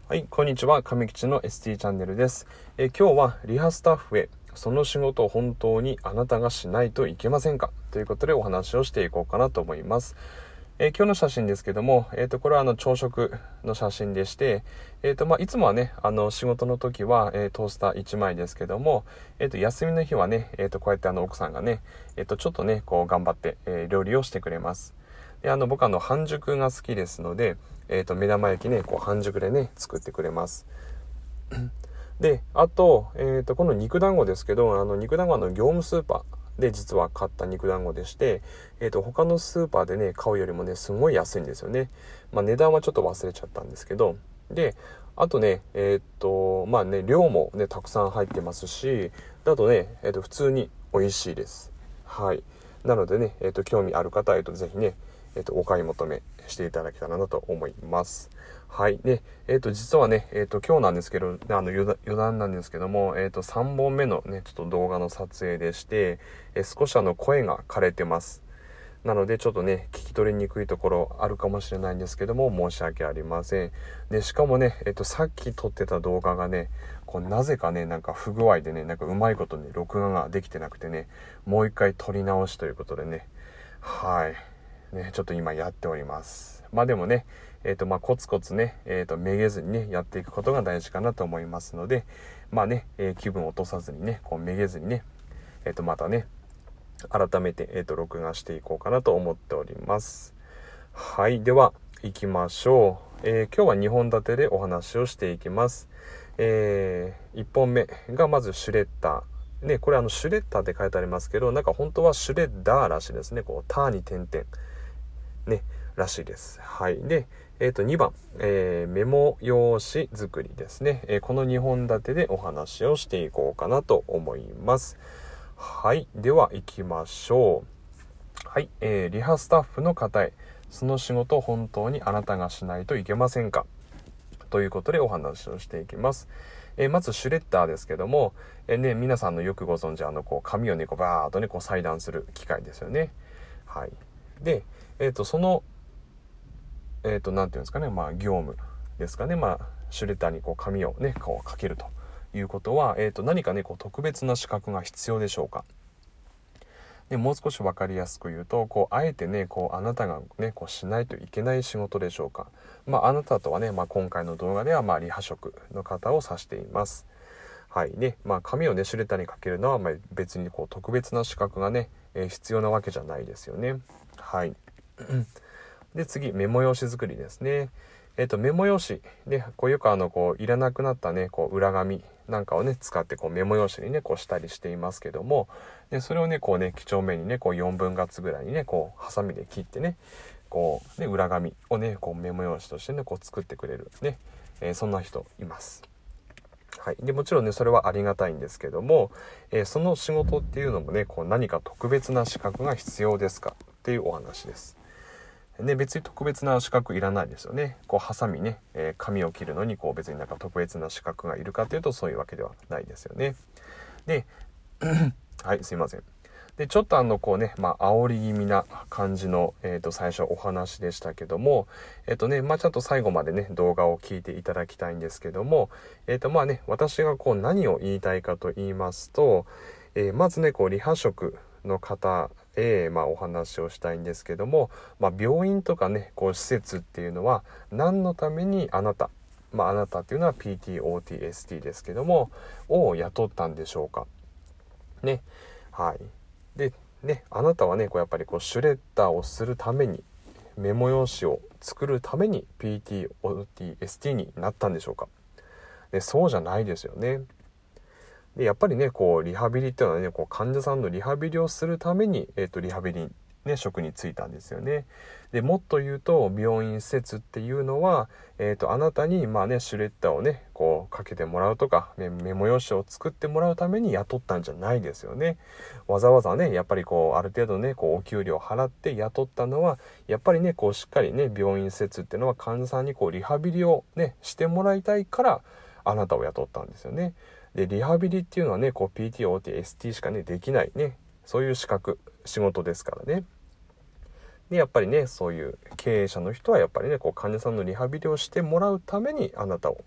はい、こんにちは。上吉の ST チャンネルです。今日はリハスタッフへその仕事を本当にあなたがしないといけませんかということでお話をしていこうかなと思います。今日の写真ですけども、これは朝食の写真でして、いつもはね、仕事の時は、トースター1枚ですけども、休みの日はね、こうやって奥さんがね、ちょっとね、こう頑張って、料理をしてくれます。で、僕は半熟が好きですので、目玉焼きね、こう半熟でね、作ってくれます。で、あと、この肉団子ですけど、肉団子は業務スーパーで実は買った肉団子でして、他のスーパーでね、買うよりもね、すごい安いんですよね。値段はちょっと忘れちゃったんですけど、で、あとね、量もね、たくさん入ってますし、あとね、普通に美味しいです。はい。なのでね、興味ある方は、ぜひね、お買い求めしていただけたらなと思います。はい。で、実はね、今日なんですけど、余談なんですけども、3本目のね、ちょっと動画の撮影でして、少し声が枯れてます。なので、ちょっとね、聞き取りにくいところあるかもしれないんですけども、申し訳ありません。で、しかもね、さっき撮ってた動画がね、なぜかね、なんか不具合でね、なんかうまいことね、録画ができてなくてね、もう一回撮り直しということでね、はい。ね、ちょっと今やっております。でもね、コツコツね、めげずにね、やっていくことが大事かなと思いますので、気分を落とさずにね、めげずにね、またね、改めて、録画していこうかなと思っております。はい。では、行きましょう。今日は2本立てでお話をしていきます。1本目がまずシュレッダー。ね、これシュレッダーって書いてありますけど、なんか本当はシュレッダーらしいですね。ターに点々。ね、らしいです。はい。で、2番、メモ用紙作りですね。この2本立てでお話をしていこうかなと思います。はい。では、行きましょう。はい。リハスタッフの方へ、その仕事を本当にあなたがしないといけませんかということでお話をしていきます。まずシュレッダーですけども、皆さんのよくご存知紙をね、バーっとね、裁断する機械ですよね。はい。で、その、なんていうんですかね、業務ですかね。シュレッダーに紙をね、かけるということは、何かね、特別な資格が必要でしょうか。で、もう少し分かりやすく言うと、あえてね、あなたがね、しないといけない仕事でしょうか。あなたとはね、今回の動画では、リハ職の方を指しています。はい。で、紙をね、シュレッダーにかけるのは、別に特別な資格がね、必要なわけじゃないですよね。はい。で、次、メモ用紙作りですね。メモ用紙で、よくいらなくなったね、裏紙なんかをね、使ってメモ用紙にね、したりしていますけども、で、それをね、几帳面にね、4分割ぐらいにね、ハサミで切ってね、裏紙をね、メモ用紙としてね、作ってくれるね、そんな人います。はい。で、もちろんね、それはありがたいんですけども、その仕事っていうのもね、何か特別な資格が必要ですかっていうお話です。ね、別に特別な資格いらないですよね。ハサミね、紙を切るのに別になんか特別な資格がいるかというとそういうわけではないですよね。で、はい、すいません。で、ちょっと煽り気味な感じの、最初お話でしたけども、ちゃんと最後までね、動画を聞いていただきたいんですけども、私が何を言いたいかと言いますと、まずね、リハ職の方お話をしたいんですけども、病院とかね、施設っていうのは何のためにあなたっていうのは PTOTST ですけども、を雇ったんでしょうか。ね。はい。で、ね、あなたはね、やっぱりシュレッダーをするために、メモ用紙を作るために PTOTST になったんでしょうか。で、そうじゃないですよね。で、やっぱりね、リハビリっていうのはね、患者さんのリハビリをするために、リハビリ、ね、職に就いたんですよね。で、もっと言うと、病院施設っていうのは、あなたに、シュレッダーをね、かけてもらうとか、メモ用紙を作ってもらうために雇ったんじゃないですよね。わざわざね、やっぱりある程度ね、お給料払って雇ったのは、やっぱりね、しっかりね、病院施設っていうのは患者さんにリハビリをね、してもらいたいから、あなたを雇ったんですよね。で、リハビリっていうのはね、PTOTST しかね、できないね、そういう仕事ですからね。で、やっぱりね、そういう経営者の人はやっぱりね、患者さんのリハビリをしてもらうためにあなたを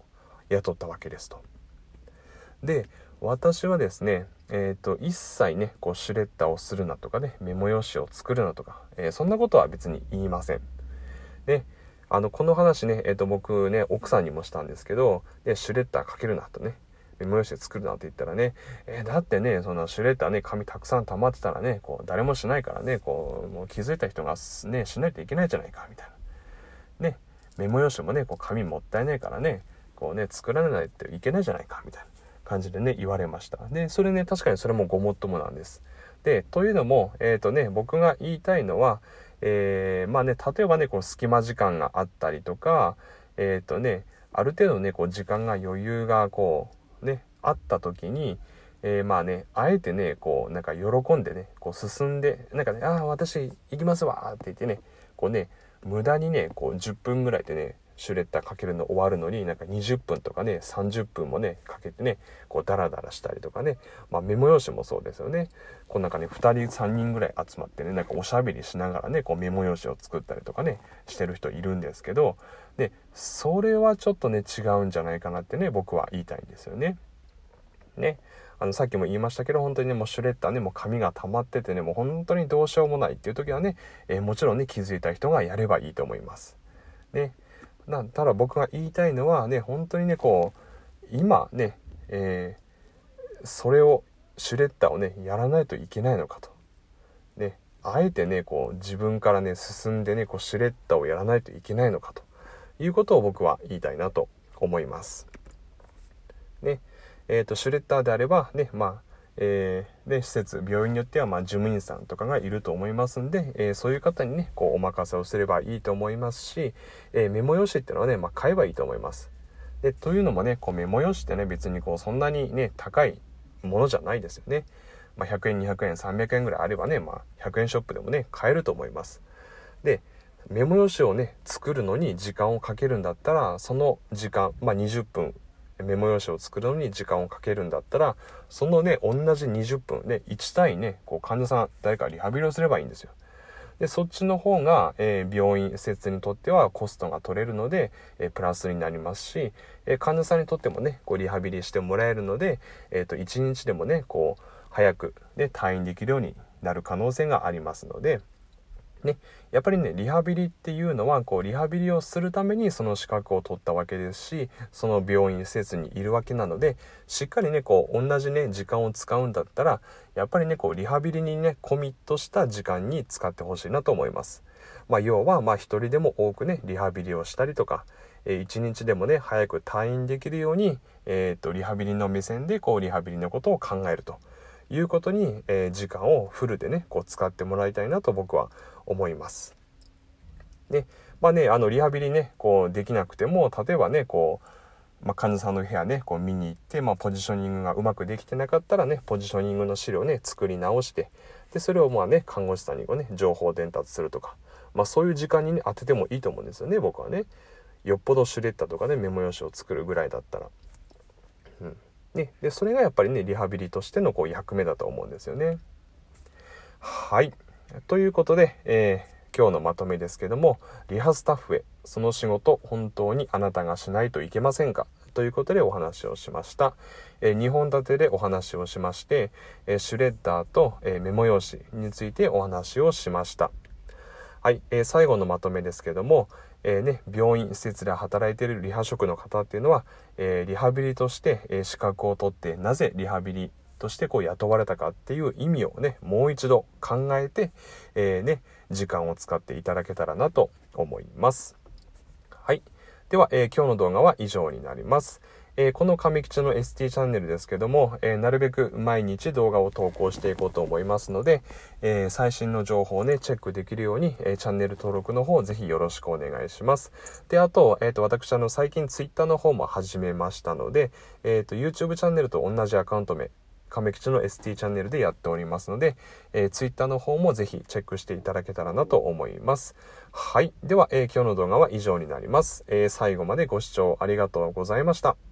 雇ったわけですと。で、私はですね、一切ね、こうシュレッダーをするなとかね、メモ用紙を作るなとか、そんなことは別に言いません。で、この話ね、僕ね、奥さんにもしたんですけど、で、シュレッダーかけるなとね、メモ用紙作るなって言ったらね、だってね、そのシュレッダーね、紙たくさん溜まってたらね、こう、誰もしないからね、こう、もう気づいた人がね、しないといけないじゃないか、みたいな。ね、メモ用紙もね、こう、紙もったいないからね、こうね、作らないといけないじゃないか、みたいな感じでね、言われました。で、それね、確かにそれもごもっともなんです。で、というのも、僕が言いたいのは、まあね、例えばね、こう隙間時間があったりとか、ある程度ね、こう時間が余裕がこうね、あった時に、まあね、あえてね、こうなんか喜んでね、こう進んで、なんかね、私行きますわって言ってね、こうね、無駄にね、こう10分ぐらいでね、シュレッダーかけるの終わるのになんか20分とかね30分もねかけてねこうダラダラしたりとかね、メモ用紙もそうですよね。こうなんかね2人3人ぐらい集まってねなんかおしゃべりしながらねこうメモ用紙を作ったりとかねしてる人いるんですけど、でそれはちょっとね違うんじゃないかなってね僕は言いたいんですよね。さっきも言いましたけど本当にねもうシュレッダーねもう紙が溜まっててねもう本当にどうしようもないっていう時はね、もちろんね気づいた人がやればいいと思いますね。ただ僕が言いたいのはね本当にねこう今ね、それをシュレッダーをねやらないといけないのかとね、あえてねこう自分からね進んでねこうシュレッダーをやらないといけないのかということを僕は言いたいなと思いますね。シュレッダーであればね施設病院によっては事務員さんとかがいると思いますんで、そういう方にねこうお任せをすればいいと思いますし、メモ用紙っていうのはね、買えばいいと思います。でというのもねこうメモ用紙ってね別にこうそんなにね高いものじゃないですよね。100円200円300円ぐらいあればね、100円ショップでもね買えると思います。でメモ用紙をね作るのに時間をかけるんだったらその時間、20分メモ用紙を作るのに時間をかけるんだったらそのね同じ20分で1対ねこう患者さん誰かリハビリをすればいいんですよ。でそっちの方が、病院施設にとってはコストが取れるので、プラスになりますし、患者さんにとってもねこうリハビリしてもらえるので、1日でもねこう早く、ね、退院できるようになる可能性がありますのでね、やっぱりねリハビリっていうのはこうリハビリをするためにその資格を取ったわけですしその病院施設にいるわけなのでしっかりねこう同じね時間を使うんだったらやっぱりねこうリハビリにねコミットした時間に使ってほしいなと思います。要は一人でも多くねリハビリをしたりとか一日でもね早く退院できるようにリハビリの目線でこうリハビリのことを考えるということに、時間をフルでねこう使ってもらいたいなと僕は思います。でリハビリねこうできなくても例えばねこう、患者さんの部屋ねこう見に行って、ポジショニングがうまくできてなかったらねポジショニングの資料ね作り直してでそれを看護師さんにこうね情報伝達するとか、そういう時間にね当ててもいいと思うんですよね僕はね。よっぽどシュレッダーとかねメモ用紙を作るぐらいだったら。でそれがやっぱりねリハビリとしてのこう役目だと思うんですよね。はい、ということで、今日のまとめですけどもリハスタッフへその仕事本当にあなたがしないといけませんかということでお話をしました。2本立てでお話をしまして、シュレッダーと、メモ用紙についてお話をしました。はい、最後のまとめですけども、病院施設で働いているリハ職の方っていうのは、リハビリとして、資格を取ってなぜリハビリとしてこう雇われたかっていう意味をねもう一度考えて、時間を使っていただけたらなと思います。はい、では、今日の動画は以上になります。この亀吉の ST チャンネルですけども、なるべく毎日動画を投稿していこうと思いますので、最新の情報をねチェックできるように、チャンネル登録の方ぜひよろしくお願いします。であと、私最近 Twitter の方も始めましたので、YouTube チャンネルと同じアカウント名亀吉の ST チャンネルでやっておりますので、Twitter の方もぜひチェックしていただけたらなと思います。はい。では、今日の動画は以上になります。最後までご視聴ありがとうございました。